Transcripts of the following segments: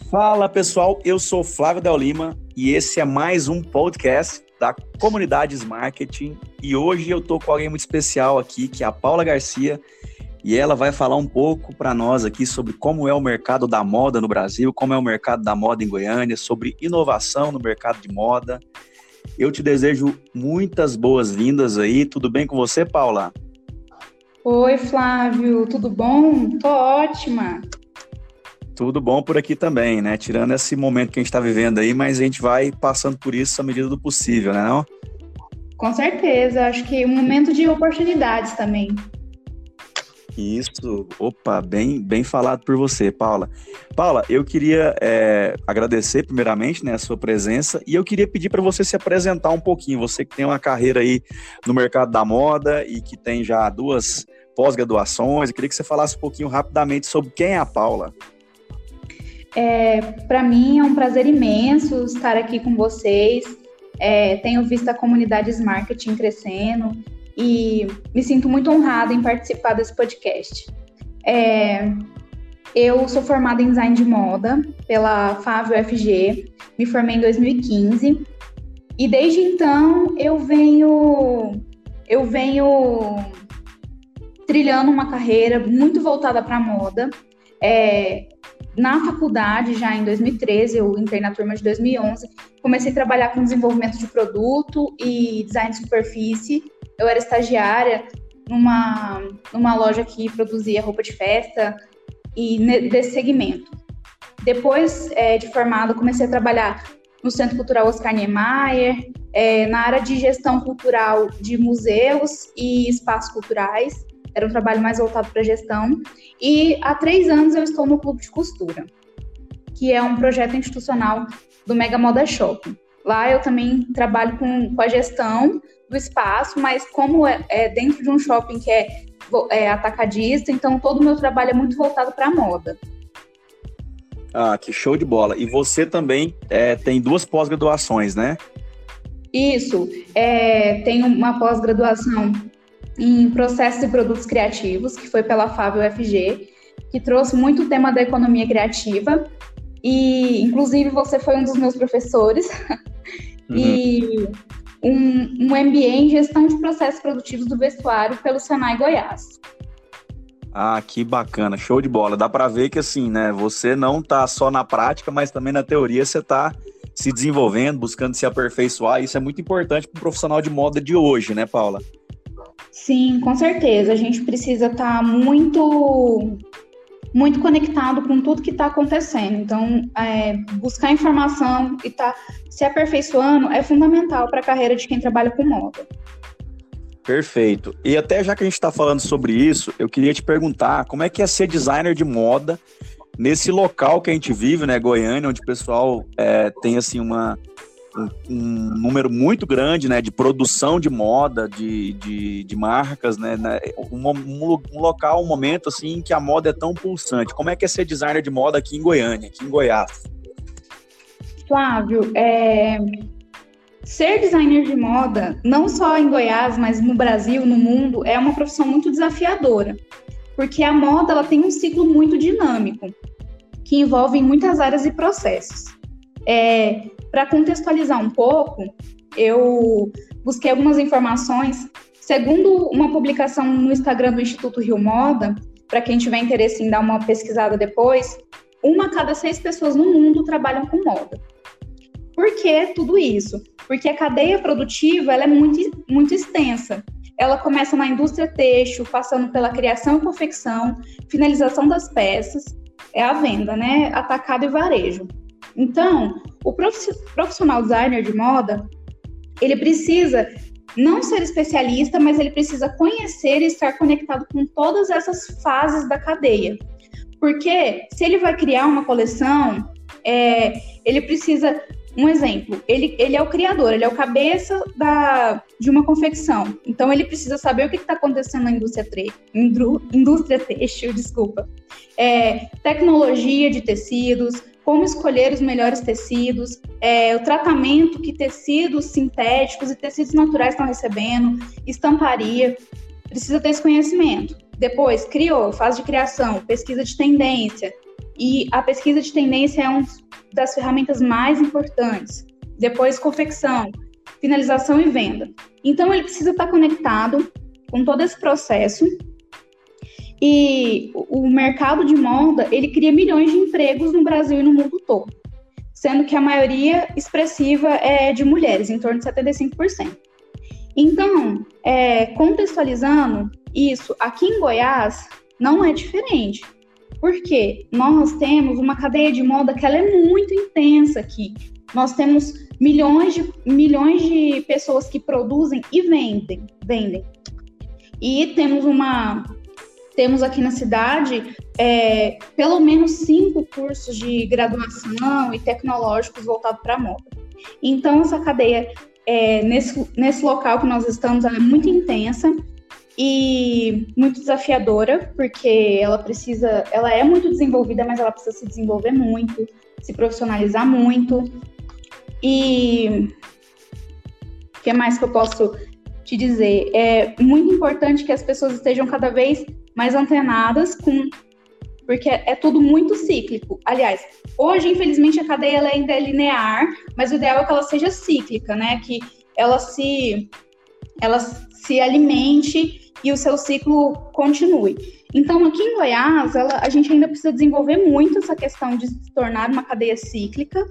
Fala pessoal, eu sou Flávio Del Lima e esse é mais um podcast da Comunidades Marketing e hoje eu tô com alguém muito especial aqui, que é a Paula Garcia, e ela vai falar um pouco para nós aqui sobre como é o mercado da moda no Brasil, como é o mercado da moda em Goiânia, sobre inovação no mercado de moda. Eu te desejo muitas boas-vindas aí, tudo bem com você, Paula? Oi, Flávio, tudo bom? Tô ótima. Tudo bom por aqui também, né? Tirando esse momento que a gente está vivendo aí, mas a gente vai passando por isso à medida do possível, né? Não? Com certeza, acho que um momento de oportunidades também. Isso, opa, bem falado por você, Paula. Paula, eu queria agradecer primeiramente, né, a sua presença e eu queria pedir para você se apresentar um pouquinho. Você que tem uma carreira aí no mercado da moda e que tem já 2 pós-graduações, eu queria que você falasse um pouquinho rapidamente sobre quem é a Paula. Para mim é um prazer imenso estar aqui com vocês. Tenho visto a Comunidades Marketing crescendo e me sinto muito honrada em participar desse podcast. Eu sou formada em design de moda pela FAV-UFG, me formei em 2015 e desde então eu venho trilhando uma carreira muito voltada para a moda. Na faculdade, já em 2013, eu entrei na turma de 2011, comecei a trabalhar com desenvolvimento de produto e design de superfície. Eu era estagiária numa loja que produzia roupa de festa e desse segmento. Depois de formada, comecei a trabalhar no Centro Cultural Oscar Niemeyer, na área de gestão cultural de museus e espaços culturais. Era um trabalho mais voltado para gestão. E há 3 anos eu estou no Clube de Costura, que é um projeto institucional do Mega Moda Shopping. Lá eu também trabalho com a gestão do espaço, mas como é dentro de um shopping que é atacadista, então todo o meu trabalho é muito voltado para a moda. Ah, que show de bola. E você também tem 2 pós-graduações, né? Isso. Tenho uma pós-graduação em processos e produtos criativos, que foi pela FAV-UFG, que trouxe muito o tema da economia criativa, e inclusive você foi um dos meus professores, e um MBA em gestão de processos produtivos do vestuário pelo Senai Goiás. Ah, que bacana, show de bola. Dá para ver que assim, né, você não tá só na prática, mas também na teoria você tá se desenvolvendo, buscando se aperfeiçoar, isso é muito importante para um profissional de moda de hoje, né, Paula? Sim, com certeza. A gente precisa estar muito conectado com tudo que está acontecendo. Então, buscar informação e estar se aperfeiçoando é fundamental para a carreira de quem trabalha com moda. Perfeito. E até já que a gente está falando sobre isso, eu queria te perguntar como é que é ser designer de moda nesse local que a gente vive, né, Goiânia, onde o pessoal tem assim um número muito grande, né, de produção de moda, de marcas, né, um local, um momento assim em que a moda é tão pulsante. Como é que é ser designer de moda aqui em Goiânia, aqui em Goiás? Flávio, ser designer de moda, não só em Goiás, mas no Brasil, no mundo, é uma profissão muito desafiadora, porque a moda ela tem um ciclo muito dinâmico, que envolve muitas áreas e processos. Para contextualizar um pouco, eu busquei algumas informações. Segundo uma publicação no Instagram do Instituto Rio Moda, para quem tiver interesse em dar uma pesquisada depois, 1 a cada 6 pessoas no mundo trabalham com moda. Por que tudo isso? Porque a cadeia produtiva ela é muito extensa. Ela começa na indústria têxtil, passando pela criação e confecção, finalização das peças, a venda, né? Atacado e varejo. Então, o profissional designer de moda, ele precisa não ser especialista, mas ele precisa conhecer e estar conectado com todas essas fases da cadeia. Porque se ele vai criar uma coleção, ele precisa... Um exemplo, ele é o criador, ele é o cabeça de uma confecção. Então, ele precisa saber o que está acontecendo na indústria têxtil, tecnologia de tecidos, como escolher os melhores tecidos, o tratamento que tecidos sintéticos e tecidos naturais estão recebendo, estamparia, precisa ter esse conhecimento. Depois, criou, fase de criação, pesquisa de tendência, e a pesquisa de tendência é uma das ferramentas mais importantes. Depois, confecção, finalização e venda. Então, ele precisa estar conectado com todo esse processo. E o mercado de moda, ele cria milhões de empregos no Brasil e no mundo todo, sendo que a maioria expressiva é de mulheres, em torno de 75%. Então, contextualizando isso, aqui em Goiás não é diferente, porque nós temos uma cadeia de moda que ela é muito intensa aqui. Nós temos milhões de pessoas que produzem e vendem. E temos aqui na cidade pelo menos 5 cursos de graduação e tecnológicos voltados para a moda. Então, essa cadeia, nesse local que nós estamos, ela é muito intensa e muito desafiadora, porque ela é muito desenvolvida, mas ela precisa se desenvolver muito, se profissionalizar muito. E o que mais que eu posso te dizer? É muito importante que as pessoas estejam cada vez mais antenadas, porque é tudo muito cíclico. Aliás, hoje, infelizmente, a cadeia ela ainda é linear, mas o ideal é que ela seja cíclica, né? Que ela se alimente e o seu ciclo continue. Então, aqui em Goiás, a gente ainda precisa desenvolver muito essa questão de se tornar uma cadeia cíclica.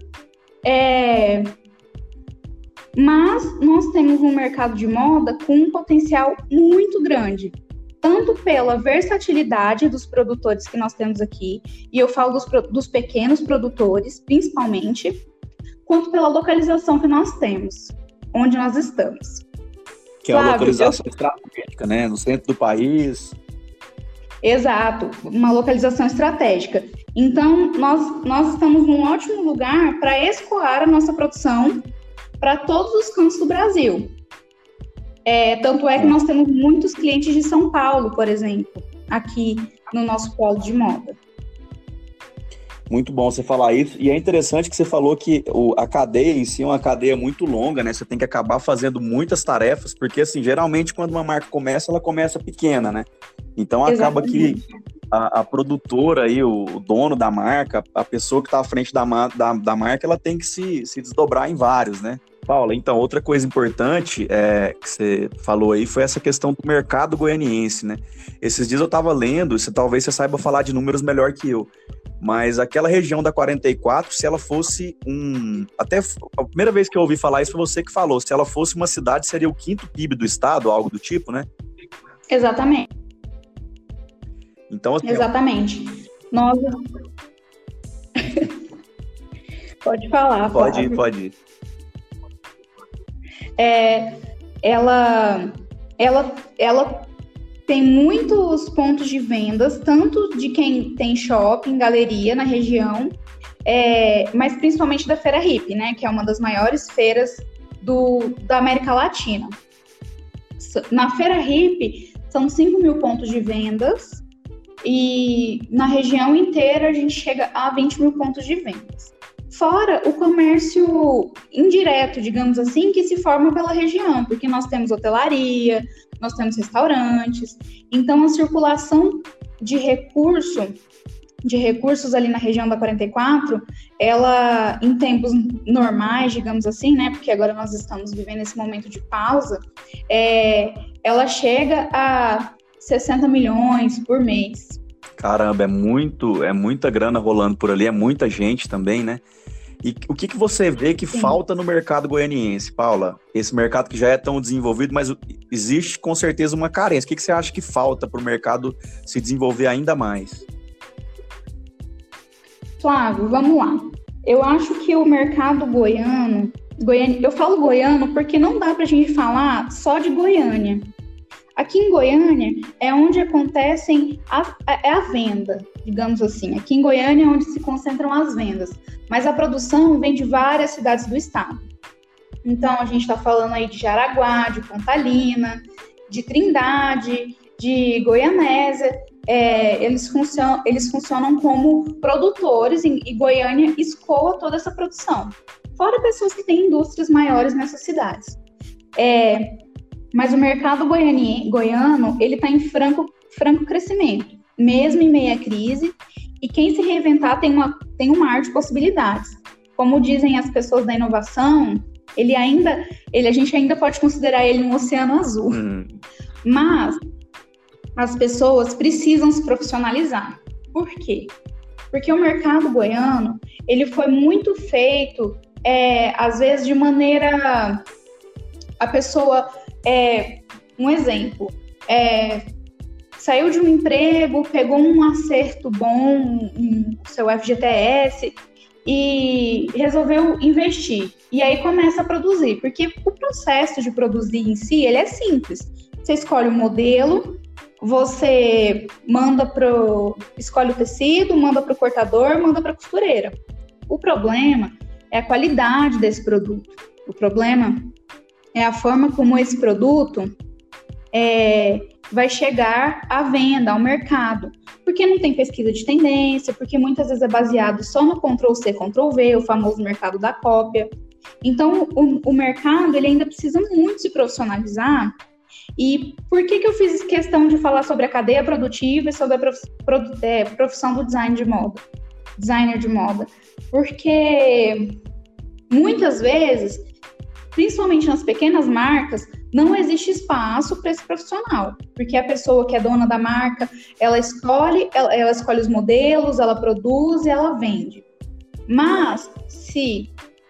Mas nós temos um mercado de moda com um potencial muito grande, tanto pela versatilidade dos produtores que nós temos aqui, e eu falo dos pequenos produtores, principalmente, quanto pela localização que nós temos, onde nós estamos. Que é a localização estratégica, né? No centro do país. Exato, uma localização estratégica. Então, nós estamos num ótimo lugar para escoar a nossa produção para todos os cantos do Brasil. Tanto é que nós temos muitos clientes de São Paulo, por exemplo, aqui no nosso polo de moda. Muito bom você falar isso. E é interessante que você falou que a cadeia em si é uma cadeia muito longa, né? Você tem que acabar fazendo muitas tarefas, porque, assim, geralmente quando uma marca começa, ela começa pequena, né? Então, acaba que a produtora aí, o dono da marca, a pessoa que está à frente da marca, ela tem que se desdobrar em vários, né? Paula, então, outra coisa importante que você falou aí foi essa questão do mercado goianiense, né? Esses dias eu estava lendo, talvez você saiba falar de números melhor que eu, mas aquela região da 44, se ela fosse até a primeira vez que eu ouvi falar isso foi você que falou, se ela fosse uma cidade, seria o 5º PIB do estado, algo do tipo, né? Exatamente. Então, assim, exatamente. Nós... Pode falar, Pode ir. Ela tem muitos pontos de vendas, tanto de quem tem shopping, galeria na região, mas principalmente da Feira Hippie, né, que é uma das maiores feiras da América Latina. Na Feira Hippie, são 5.000 pontos de vendas, e na região inteira a gente chega a 20.000 pontos de vendas. Fora o comércio indireto, digamos assim, que se forma pela região, porque nós temos hotelaria, nós temos restaurantes. Então, a circulação de recursos ali na região da 44, ela, em tempos normais, digamos assim, né, porque agora nós estamos vivendo esse momento de pausa, ela chega a 60 milhões por mês. Caramba, é muita grana rolando por ali, é muita gente também, né? E o que você vê que falta no mercado goianiense, Paula? Esse mercado que já é tão desenvolvido, mas existe com certeza uma carência. O que você acha que falta para o mercado se desenvolver ainda mais? Flávio, vamos lá. Eu acho que o mercado goiano, eu falo goiano porque não dá para a gente falar só de Goiânia. Aqui em Goiânia é onde acontecem a venda, digamos assim. Aqui em Goiânia é onde se concentram as vendas. Mas a produção vem de várias cidades do estado. Então, a gente está falando aí de Jaraguá, de Pontalina, de Trindade, de Goianésia. Eles funcionam como produtores e Goiânia escoa toda essa produção. Fora pessoas que têm indústrias maiores nessas cidades. Mas o mercado goiano, ele está em franco crescimento, mesmo em meio à crise. E quem se reinventar tem um mar de possibilidades. Como dizem as pessoas da inovação, a gente ainda pode considerar ele um oceano azul. Mas as pessoas precisam se profissionalizar. Por quê? Porque o mercado goiano, ele foi muito feito, às vezes, de maneira... A pessoa, um exemplo, saiu de um emprego, pegou um acerto bom, seu FGTS, e resolveu investir. E aí começa a produzir, porque o processo de produzir em si, ele é simples. Você escolhe o modelo, você escolhe o tecido, manda para o cortador, manda para a costureira. O problema é a qualidade desse produto. O problema é a forma como esse produto vai chegar à venda, ao mercado. Porque não tem pesquisa de tendência, porque muitas vezes é baseado só no Ctrl+C, Ctrl+V, o famoso mercado da cópia. Então, o mercado ele ainda precisa muito se profissionalizar. E por que eu fiz questão de falar sobre a cadeia produtiva e sobre a profissão do designer de moda? Porque muitas vezes, principalmente nas pequenas marcas, não existe espaço para esse profissional, porque a pessoa que é dona da marca, ela escolhe os modelos, ela produz e ela vende. Mas se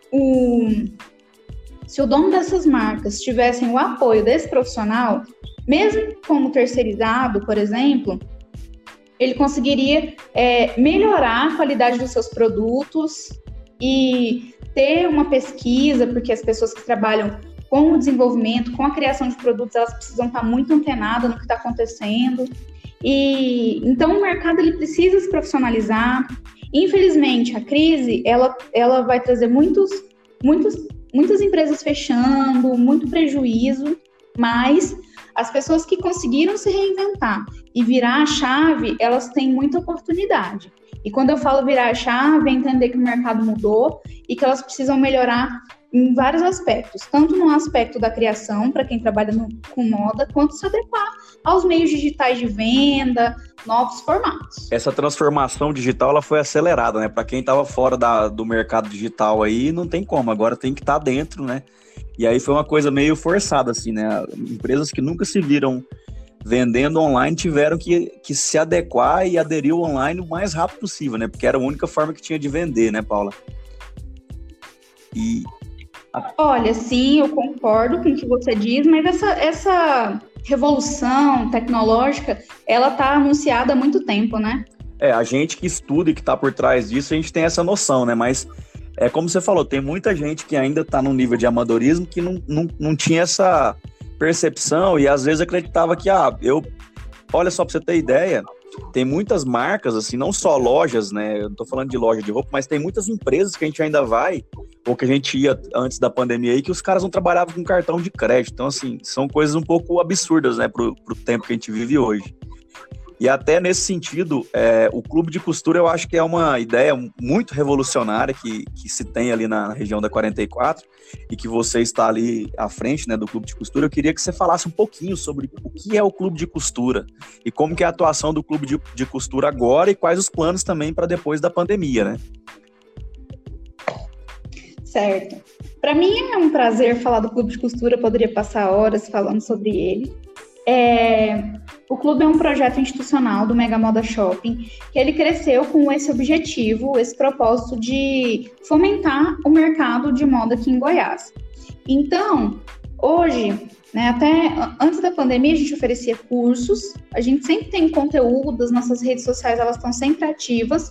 o dono dessas marcas tivessem o apoio desse profissional, mesmo como terceirizado, por exemplo, ele conseguiria melhorar a qualidade dos seus produtos e ter uma pesquisa, porque as pessoas que trabalham com o desenvolvimento, com a criação de produtos, elas precisam estar muito antenadas no que está acontecendo. E então o mercado ele precisa se profissionalizar. Infelizmente, a crise ela vai trazer muitas empresas fechando, muito prejuízo, mas as pessoas que conseguiram se reinventar e virar a chave, elas têm muita oportunidade. E quando eu falo virar a chave, é entender que o mercado mudou e que elas precisam melhorar em vários aspectos, tanto no aspecto da criação, para quem trabalha com moda, quanto se adequar aos meios digitais de venda, novos formatos. Essa transformação digital ela foi acelerada, né? Para quem estava fora do mercado digital aí, não tem como, agora tem que estar dentro, né? E aí foi uma coisa meio forçada, assim, né? Empresas que nunca se viram vendendo online tiveram que se adequar e aderir ao online o mais rápido possível, né? Porque era a única forma que tinha de vender, né, Paula? Olha, sim, eu concordo com o que você diz, mas essa revolução tecnológica, ela está anunciada há muito tempo, né? A gente que estuda e que está por trás disso, a gente tem essa noção, né? Mas, como você falou, tem muita gente que ainda está num nível de amadorismo que não tinha essa percepção e às vezes acreditava que, olha só, para você ter ideia, tem muitas marcas, assim, não só lojas, né? Eu não tô falando de loja de roupa, mas tem muitas empresas que a gente ainda vai, ou que a gente ia antes da pandemia aí, que os caras não trabalhavam com cartão de crédito. Então, assim, são coisas um pouco absurdas, né, pro tempo que a gente vive hoje. E até nesse sentido, o clube de costura eu acho que é uma ideia muito revolucionária que se tem ali na região da 44 e que você está ali à frente, né, do clube de costura. Eu queria que você falasse um pouquinho sobre o que é o clube de costura e como que é a atuação do clube de costura agora e quais os planos também para depois da pandemia, né? Certo. Para mim é um prazer falar do clube de costura, poderia passar horas falando sobre ele. O clube é um projeto institucional do Mega Moda Shopping, que ele cresceu com esse objetivo, esse propósito de fomentar o mercado de moda aqui em Goiás. Então, hoje, né, até antes da pandemia, a gente oferecia cursos, a gente sempre tem conteúdo, as nossas redes sociais elas estão sempre ativas,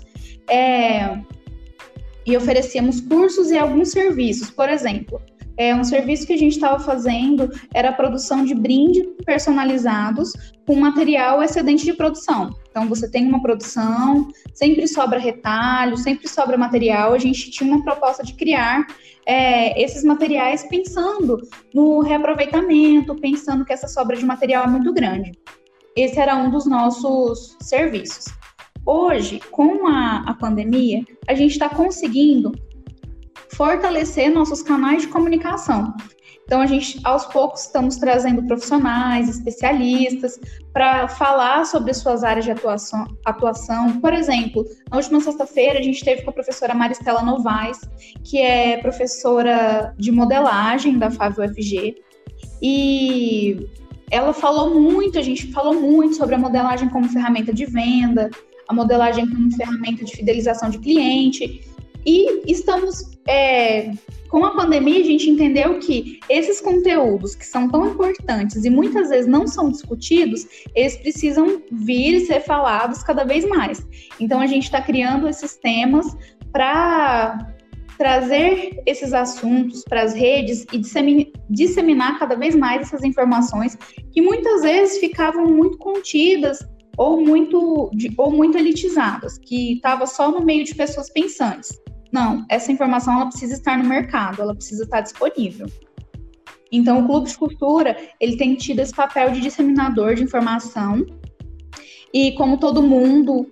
e oferecíamos cursos e alguns serviços. Por exemplo, um serviço que a gente estava fazendo era a produção de brindes personalizados com material excedente de produção. Então, você tem uma produção, sempre sobra retalho, sempre sobra material. A gente tinha uma proposta de criar esses materiais pensando no reaproveitamento, pensando que essa sobra de material é muito grande. Esse era um dos nossos serviços. Hoje, com a pandemia, a gente está conseguindo fortalecer nossos canais de comunicação. Então, a gente, aos poucos, estamos trazendo profissionais, especialistas, para falar sobre suas áreas de atuação. Por exemplo, na última sexta-feira, a gente teve com a professora Maristela Novaes, que é professora de modelagem da FAV-UFG, e ela falou muito, a gente falou muito sobre a modelagem como ferramenta de venda, a modelagem como ferramenta de fidelização de cliente, e estamos... Com a pandemia, a gente entendeu que esses conteúdos que são tão importantes e muitas vezes não são discutidos, eles precisam vir e ser falados cada vez mais. Então, a gente está criando esses temas para trazer esses assuntos para as redes e disseminar cada vez mais essas informações que muitas vezes ficavam muito contidas ou muito elitizadas, que estava só no meio de pessoas pensantes. Não, essa informação ela precisa estar no mercado, ela precisa estar disponível. Então, o Clube de Costura, ele tem tido esse papel de disseminador de informação e, como todo mundo,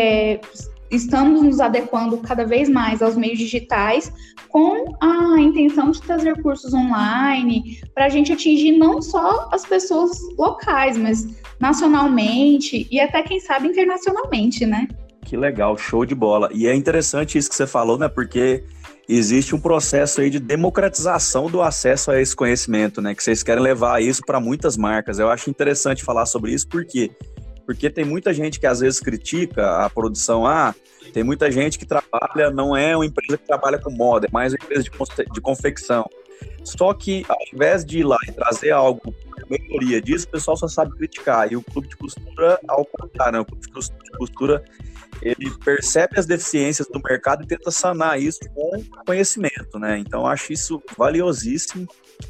estamos nos adequando cada vez mais aos meios digitais com a intenção de trazer cursos online para a gente atingir não só as pessoas locais, mas nacionalmente e até, quem sabe, internacionalmente, né? Que legal, show de bola. E é interessante isso que você falou, né? Porque existe um processo aí de democratização do acesso a esse conhecimento, né? Que vocês querem levar isso para muitas marcas. Eu acho interessante falar sobre isso, por quê? Porque tem muita gente que às vezes critica a produção. Tem muita gente que trabalha, não é uma empresa que trabalha com moda, é mais uma empresa de confecção. Só que ao invés de ir lá e trazer algo, melhoria disso, o pessoal só sabe criticar. E o Clube de Costura, ao contrário, né? O Clube de Costura, ele percebe as deficiências do mercado e tenta sanar isso com conhecimento, né? Então, eu acho isso valiosíssimo.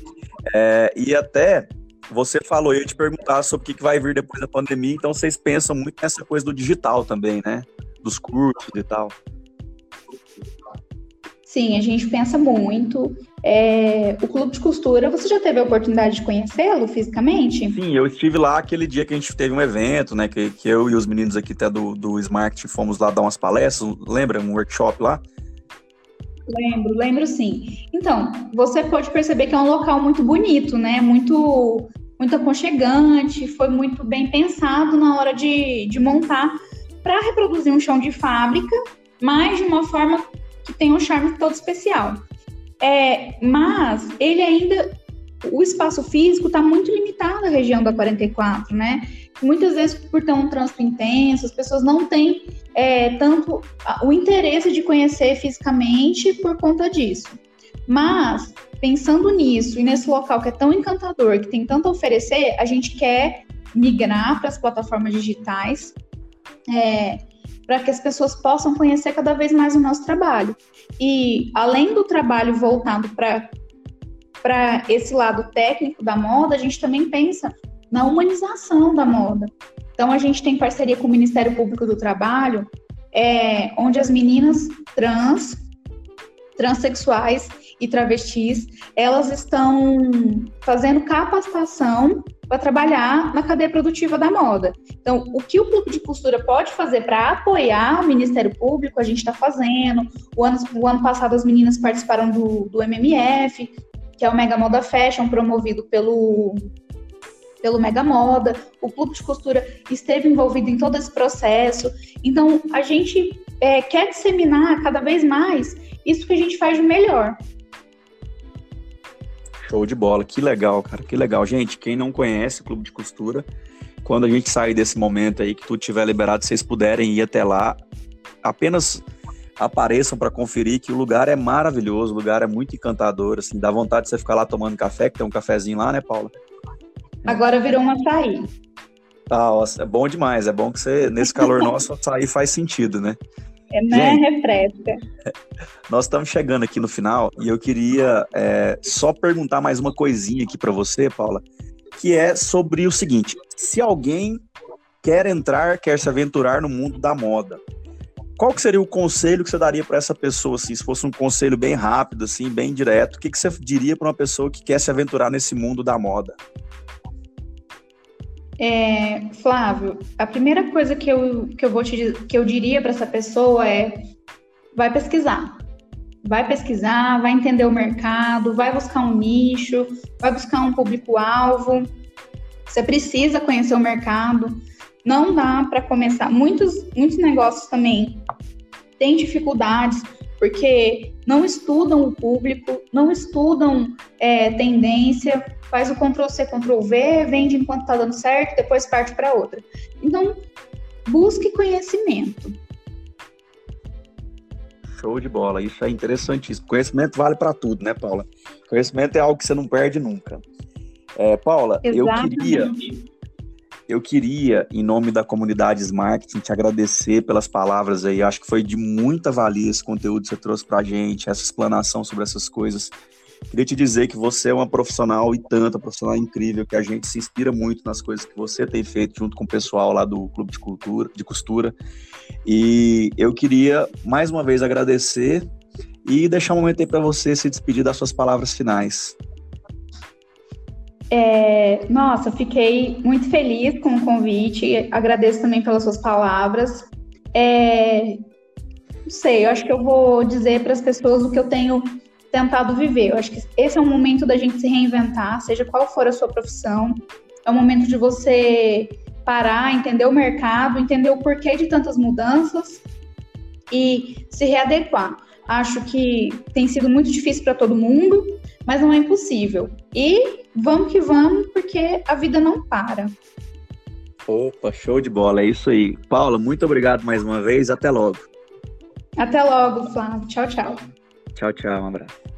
E até você falou, eu ia te perguntar sobre o que vai vir depois da pandemia, então vocês pensam muito nessa coisa do digital também, né? Dos cursos e tal. Sim, a gente pensa muito. O Clube de Costura, você já teve a oportunidade de conhecê-lo fisicamente? Sim, eu estive lá aquele dia que a gente teve um evento, né? Que eu e os meninos aqui até do Smart fomos lá dar umas palestras, lembra? Um workshop lá? Lembro sim. Então, você pode perceber que é um local muito bonito, né? Muito aconchegante, foi muito bem pensado na hora de montar para reproduzir um chão de fábrica, mas de uma forma que tem um charme todo especial. Mas ele ainda, o espaço físico está muito limitado à região da 44, né? Muitas vezes, por ter um trânsito intenso, as pessoas não têm tanto o interesse de conhecer fisicamente por conta disso. Mas, pensando nisso e nesse local que é tão encantador, que tem tanto a oferecer, a gente quer migrar para as plataformas digitais, para que as pessoas possam conhecer cada vez mais o nosso trabalho. E, além do trabalho voltado para esse lado técnico da moda, a gente também pensa na humanização da moda. Então, a gente tem parceria com o Ministério Público do Trabalho, onde as meninas transexuais e travestis, elas estão fazendo capacitação para trabalhar na cadeia produtiva da moda. Então, o que o Clube de Costura pode fazer para apoiar o Ministério Público, a gente está fazendo. O ano passado, as meninas participaram do MMF, que é o Mega Moda Fashion, promovido pelo Mega Moda. O Clube de Costura esteve envolvido em todo esse processo. Então, a gente quer disseminar cada vez mais isso que a gente faz de melhor. Show de bola, que legal, cara, que legal. Gente, quem não conhece o Clube de Costura, quando a gente sair desse momento aí, que tudo estiver liberado, vocês puderem ir até lá, apenas apareçam para conferir que o lugar é maravilhoso, o lugar é muito encantador, assim, dá vontade de você ficar lá tomando café, que tem um cafezinho lá, né, Paula? Agora virou um açaí. Nossa, é bom demais, é bom que você, nesse calor nosso, açaí faz sentido, né? Né? Refresca. Nós estamos chegando aqui no final e eu queria só perguntar mais uma coisinha aqui para você, Paula, que é sobre o seguinte: se alguém quer se aventurar no mundo da moda, qual que seria o conselho que você daria para essa pessoa, assim, se fosse um conselho bem rápido, assim, bem direto, o que você diria para uma pessoa que quer se aventurar nesse mundo da moda? Flávio, a primeira coisa que eu diria para essa pessoa vai pesquisar. vai pesquisar, vai entender o mercado, vai buscar um nicho, vai buscar um público-alvo. Você precisa conhecer o mercado. Não dá para começar. Muitos negócios também têm dificuldades porque não estudam o público, não estudam tendência, faz o Ctrl+C, Ctrl+V, vende enquanto está dando certo, depois parte para outra. Então, busque conhecimento. Show de bola, isso é interessantíssimo. Conhecimento vale para tudo, né, Paula? Conhecimento é algo que você não perde nunca. Paula, eu queria, em nome da Comunidades Marketing, te agradecer pelas palavras aí. Acho que foi de muita valia esse conteúdo que você trouxe pra gente, essa explanação sobre essas coisas. Queria te dizer que você é uma profissional profissional incrível, que a gente se inspira muito nas coisas que você tem feito junto com o pessoal lá do Clube de Costura. E eu queria, mais uma vez, agradecer e deixar um momento aí para você se despedir das suas palavras finais. Nossa, fiquei muito feliz com o convite, agradeço também pelas suas palavras. Não sei, eu acho que eu vou dizer para as pessoas o que eu tenho tentado viver. Eu acho que esse é um momento da gente se reinventar, seja qual for a sua profissão. É um momento de você parar, entender o mercado, entender o porquê de tantas mudanças e se readequar. Acho que tem sido muito difícil para todo mundo, mas não é impossível. E vamos que vamos, porque a vida não para. Opa, show de bola, é isso aí. Paula, muito obrigado mais uma vez, até logo. Até logo, Flávio. Tchau, tchau. Tchau, tchau, um abraço.